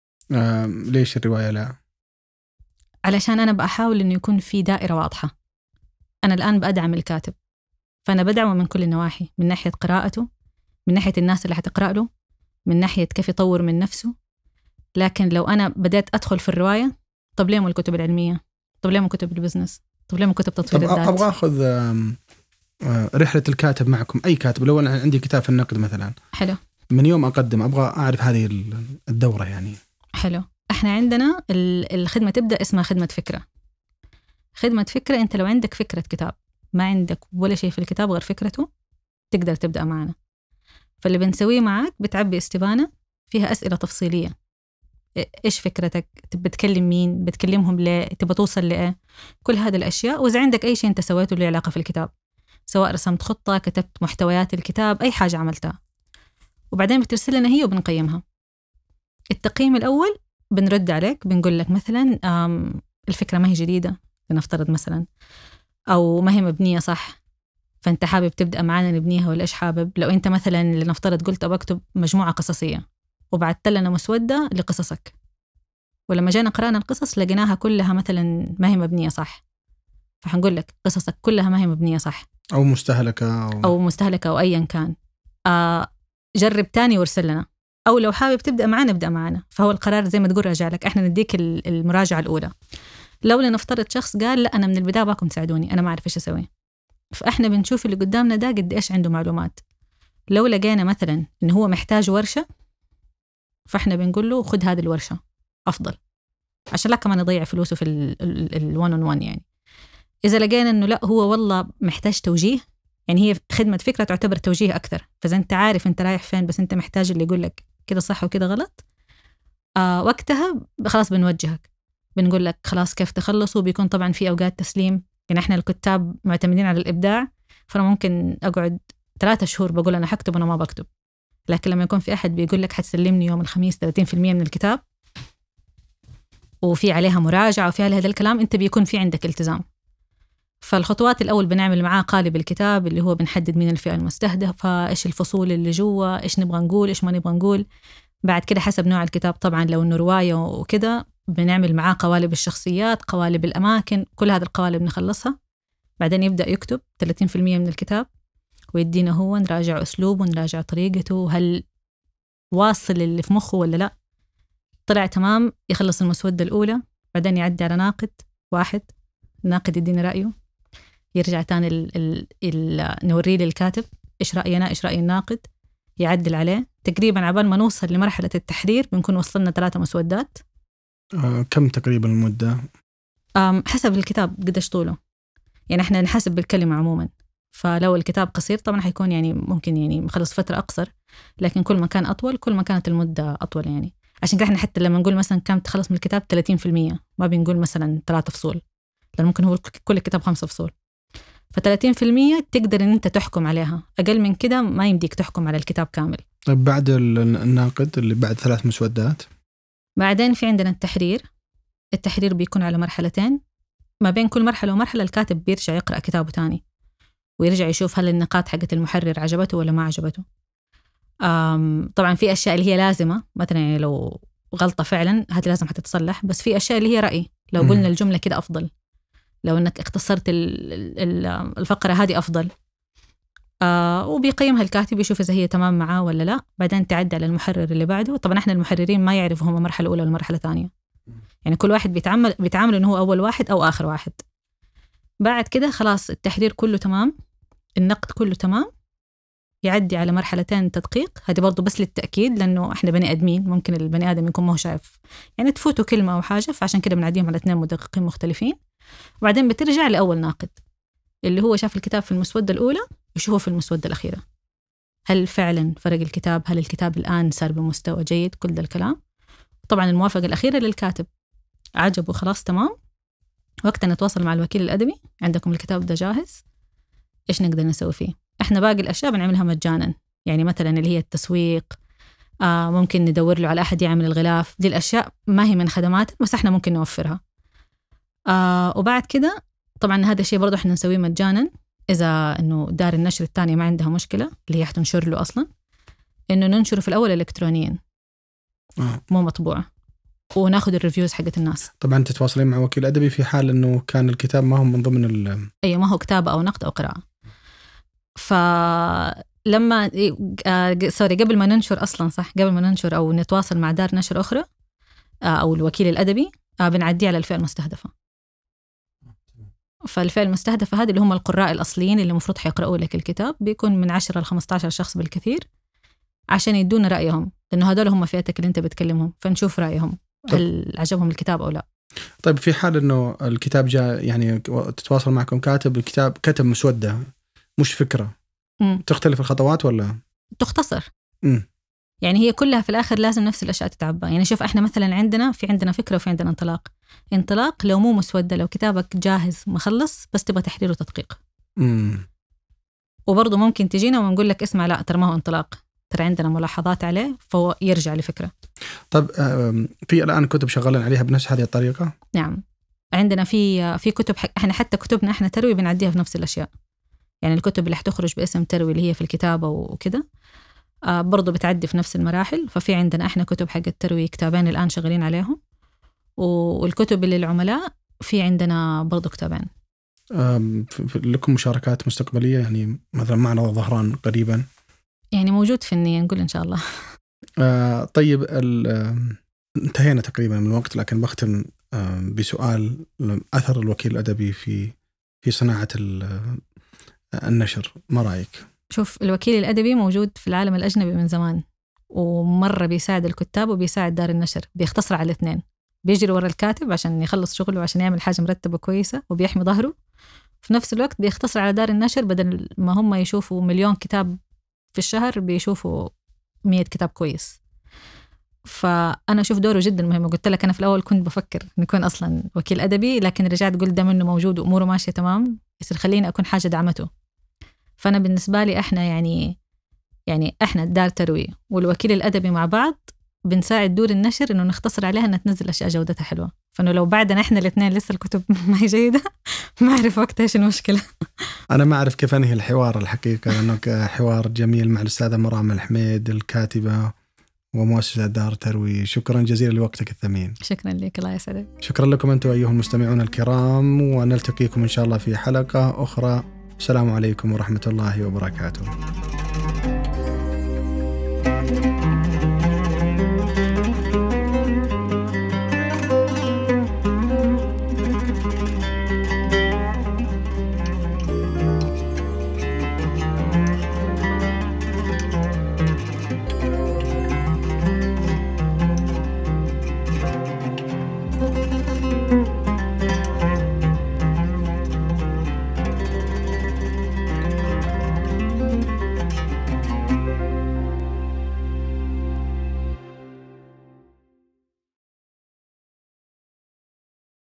ليش الرواية لا؟ علشان أنا بحاول إنه يكون في دائرة واضحة. أنا الآن بأدعم الكاتب، فأنا بدعمه من كل النواحي، من ناحية قراءته، من ناحية الناس اللي حتقرأ له، من ناحية كيف يطور من نفسه. لكن لو أنا بدأت أدخل في الرواية، طب ليه مو الكتب العلمية؟ طب ليه مو كتب البزنس؟ طب ليه مو كتب تطوير الذات؟ أبغى أخذ رحلة الكاتب معكم. أي كاتب، لو أنا عندي كتاب في النقد مثلا، حلو، من يوم أقدم أبغى أعرف هذه الدورة يعني. حلو. إحنا عندنا الخدمة تبدأ اسمها خدمة فكرة. خدمة فكرة، أنت لو عندك فكرة كتاب ما عندك ولا شيء في الكتاب غير فكرته، تقدر تبدأ معنا. فاللي بنسويه معك بتعبي استبانة فيها أسئلة تفصيلية. إيش فكرتك؟ تبى تكلم مين؟ بتكلمهم ليه؟ تبى توصل لإيه؟ كل هذه الأشياء. وإذا عندك أي شيء أنت سويته له علاقة في الكتاب، سواء رسمت خطة، كتبت محتويات الكتاب، أي حاجة عملتها، وبعدين بترسل لنا هي وبنقيمها. التقييم الأول بنرد عليك، بنقول لك مثلا الفكرة ما هي جديدة لنفترض مثلا، أو ما هي مبنية صح، فأنت حابب تبدأ معنا نبنيها ولا إيش حابب. لو أنت مثلا لنفترض قلت أبغى أكتب مجموعة قصصية وبعثت لنا مسودة لقصصك، ولما جينا قرأنا القصص لقيناها كلها مثلا ما هي مبنية صح، فحنقول لك قصصك كلها ما هي مبنية صح، أو مستهلكة أو مستهلكة أو أيا كان. جرب تاني وارسل لنا، أو لو حابب تبدأ معنا ابدأ معنا. فهو القرار زي ما تقول راجع لك، إحنا نديك المراجعة الأولى. لو لنفترض شخص قال لا أنا من البداية باكم تساعدوني، أنا ما أعرف إيش أسوي، فإحنا بنشوف اللي قدامنا ده قد إيش عنده معلومات. لو لقينا مثلا إنه هو محتاج ورشة، فإحنا بنقول له خد هذه الورشة أفضل، عشان لا كمان يضيع فلوسه في الون اون وان يعني. إذا لقينا إنه لا هو والله محتاج توجيه، يعني هي خدمة فكرة تعتبر توجيه أكثر، فإذا أنت عارف أنت رايح فين بس أنت محتاج اللي يقول لك كده صح وكده غلط، وقتها خلاص بنوجهك، بنقول لك خلاص كيف تخلصوا. بيكون طبعا في أوقات تسليم، يعني إحنا الكتاب معتمدين على الإبداع، فأنا ممكن أقعد 3 شهور بقول أنا حكتب وأنا ما بكتب. لكن لما يكون في أحد بيقول لك حتسلمني يوم الخميس 30% من الكتاب وفي عليها مراجعة وفي عليها هذا الكلام، أنت بيكون في عندك التزام. فالخطوات الأول بنعمل معاه قالب الكتاب اللي هو بنحدد مين الفئة المستهدفة، إيش الفصول اللي جوا، إيش نبغى نقول، إيش ما نبغى نقول. بعد كده حسب نوع الكتاب طبعا، لو إنه رواية وكده بنعمل معاه قوالب الشخصيات، قوالب الأماكن، كل هذه القوالب نخلصها. بعدين يبدأ يكتب 30% من الكتاب ويدينا هو، نراجع أسلوبه، نراجع طريقته، هل واصل اللي في مخه ولا لا. طلع تمام يخلص المسودة الأولى، بعدين يعدي على ناقد واحد، الناقد يدينا رأيه، يرجع تاني نوريه للكاتب إيش رأينا إيش رأي الناقد، يعدل عليه. تقريبا عبال ما نوصل لمرحلة التحرير بنكون وصلنا 3 مسودات. كم تقريبا المدة؟ حسب الكتاب قديش طوله، يعني احنا نحسب بالكلمة عموما. فلو الكتاب قصير طبعا حيكون يعني ممكن يعني مخلص فترة أقصر، لكن كل ما كان أطول كل ما كانت المدة أطول يعني. عشان كده احنا حتى لما نقول مثلا كم تخلص من الكتاب 30%، ما بنقول مثلا 3 فصول، لأن ممكن هو كل الكتاب 5 فصول. ف30% تقدر ان انت تحكم عليها، أقل من كده ما يمديك تحكم على الكتاب كامل. طيب بعد الناقد اللي بعد 3 مسودات، بعدين في عندنا التحرير. التحرير بيكون على مرحلتين، ما بين كل مرحلة ومرحلة الكاتب بيرجع يقرأ كتابه تاني ويرجع يشوف هل النقاط حقت المحرر عجبته ولا ما عجبته. طبعا في أشياء اللي هي لازمة، مثلا يعني لو غلطة فعلا هذه لازم حتتصلح، بس في أشياء اللي هي رأي، لو قلنا الجملة كده أفضل، لو أنك اختصرت الفقرة هذه أفضل. وبيقيمها الكاتب يشوف إذا هي تمام معاه ولا لا. بعدين تعدي على المحرر اللي بعده. طبعا احنا المحررين ما يعرفوا هم مرحلة أولى ولا مرحلة ثانية، يعني كل واحد بيتعامل إنه هو أول واحد أو آخر واحد. بعد كده خلاص التحرير كله تمام، النقد كله تمام، يعدي على مرحلتين تدقيق. هذه برضو بس للتأكيد، لأنه إحنا بني آدمين، ممكن البني آدم يكون ما هو شايف، يعني تفوتوا كلمة أو حاجة، فعشان كده بنعديهم على 2 مدققين مختلفين. وبعدين بترجع لأول ناقد اللي هو شاف الكتاب في المسودة الأولى يشوفه في المسودة الأخيرة، هل فعلا فرق الكتاب، هل الكتاب الآن صار بمستوى جيد، كل ده الكلام. طبعا الموافقة الأخيرة للكاتب، عجبه خلاص تمام، وقتها نتواصل مع الوكيل الأدبي، عندكم الكتاب ده جاهز، إيش نقدر نسوي فيه. إحنا باقي الأشياء بنعملها مجانا، يعني مثلا اللي هي التسويق، ممكن ندور له على أحد يعمل الغلاف، دي الأشياء ما هي من خدمات بس إحنا ممكن نوفرها. وبعد كده طبعا هذا الشيء برضو إحنا نسويه مجانا، إذا إنه دار النشر الثانية ما عندها مشكلة اللي هي حتنشر له أصلا، إنه ننشره في الأول إلكترونيا مو مطبوع، وناخد الريفيوز حقت الناس. طبعا تتواصلين مع وكيل أدبي في حال إنه كان الكتاب ما هو من ضمن أي ما هو كتابة أو نقد أو قراءة. فلما قبل ما ننشر أصلا، صح، قبل ما ننشر أو نتواصل مع دار نشر أخرى أو الوكيل الأدبي، بنعدي على الفئة المستهدفة. فالفئة المستهدفة هذه اللي هم القراء الأصليين اللي المفروض حيقرأوا لك الكتاب، بيكون من 10 ل 15 شخص بالكثير، عشان يدون رأيهم، لأنه هذول هم فئتك اللي أنت بتكلمهم، فنشوف رأيهم هل عجبهم الكتاب أو لا. طيب في حال إنه الكتاب جاء، يعني تتواصل معكم كاتب الكتاب كتب مسودة مش فكرة، تختلف الخطوات ولا تختصر؟ يعني هي كلها في الآخر لازم نفس الأشياء تتعبى. يعني شوف إحنا مثلا عندنا فكرة وفي عندنا انطلاق لو مو مسودة، لو كتابك جاهز مخلص بس تبغى تحرير وتدقيق. وبرضه ممكن تجينا ونقول لك اسمع لا ترى ما هو انطلاق، ترى عندنا ملاحظات عليه، فهو يرجع لفكرة. طب في الآن كتب شغالين عليها بنفس هذه الطريقة؟ نعم، عندنا في كتب احنا حتى كتبنا احنا تروي بنعديها في نفس الأشياء. يعني الكتب اللي حتخرج باسم تروي اللي هي في الكتابة وكده برضو بتعدي في نفس المراحل. ففي عندنا احنا كتب حق التروي كتابين الآن شغالين عليهم، والكتب اللي للعملاء في عندنا برضو كتابين. لكم مشاركات مستقبلية يعني مثلا معنا ظهران قريبا؟ يعني موجود في النية، نقول إن شاء الله. طيب انتهينا تقريبا من الوقت، لكن بختم بسؤال أثر الوكيل الأدبي في صناعة النشر، ما رأيك؟ شوف، الوكيل الأدبي موجود في العالم الأجنبي من زمان، ومرة بيساعد الكتاب وبيساعد دار النشر، بيختصر على الاثنين، بيجري ورا الكاتب عشان يخلص شغله وعشان يعمل حاجة مرتبة كويسة وبيحمي ظهره، في نفس الوقت بيختصر على دار النشر، بدل ما هم يشوفوا 1,000,000 كتاب في الشهر بيشوفوا 100 كتاب كويس. فأنا أشوف دوره جدا مهم. قلت لك أنا في الأول كنت بفكر نكون أصلا وكيل أدبي، لكن رجعت قلت دام إنه موجود وأموره ماشية تمام يصير خليني أكون حاجة دعمته. فأنا بالنسبة لي إحنا يعني إحنا الدار تروي والوكيل الأدبي مع بعض بنساعد دور النشر إنه نختصر عليها إنها تنزل أشياء جودتها حلوة. فإنه لو بعدنا إحنا الاثنين لسه الكتب ما هي جيدة ما أعرف وقتها إيش المشكلة. أنا ما أعرف كيف أنهي الحوار الحقيقة، لأنه حوار جميل مع الأستاذة مرام الحميد الكاتبة ومؤسسة دار تروي. شكرا جزيلا لوقتك الثمين. شكرا لك، الله يسعدك. شكرا لكم أنتم أيها المستمعون الكرام، ونلتقيكم إن شاء الله في حلقة أخرى. السلام عليكم ورحمة الله وبركاته.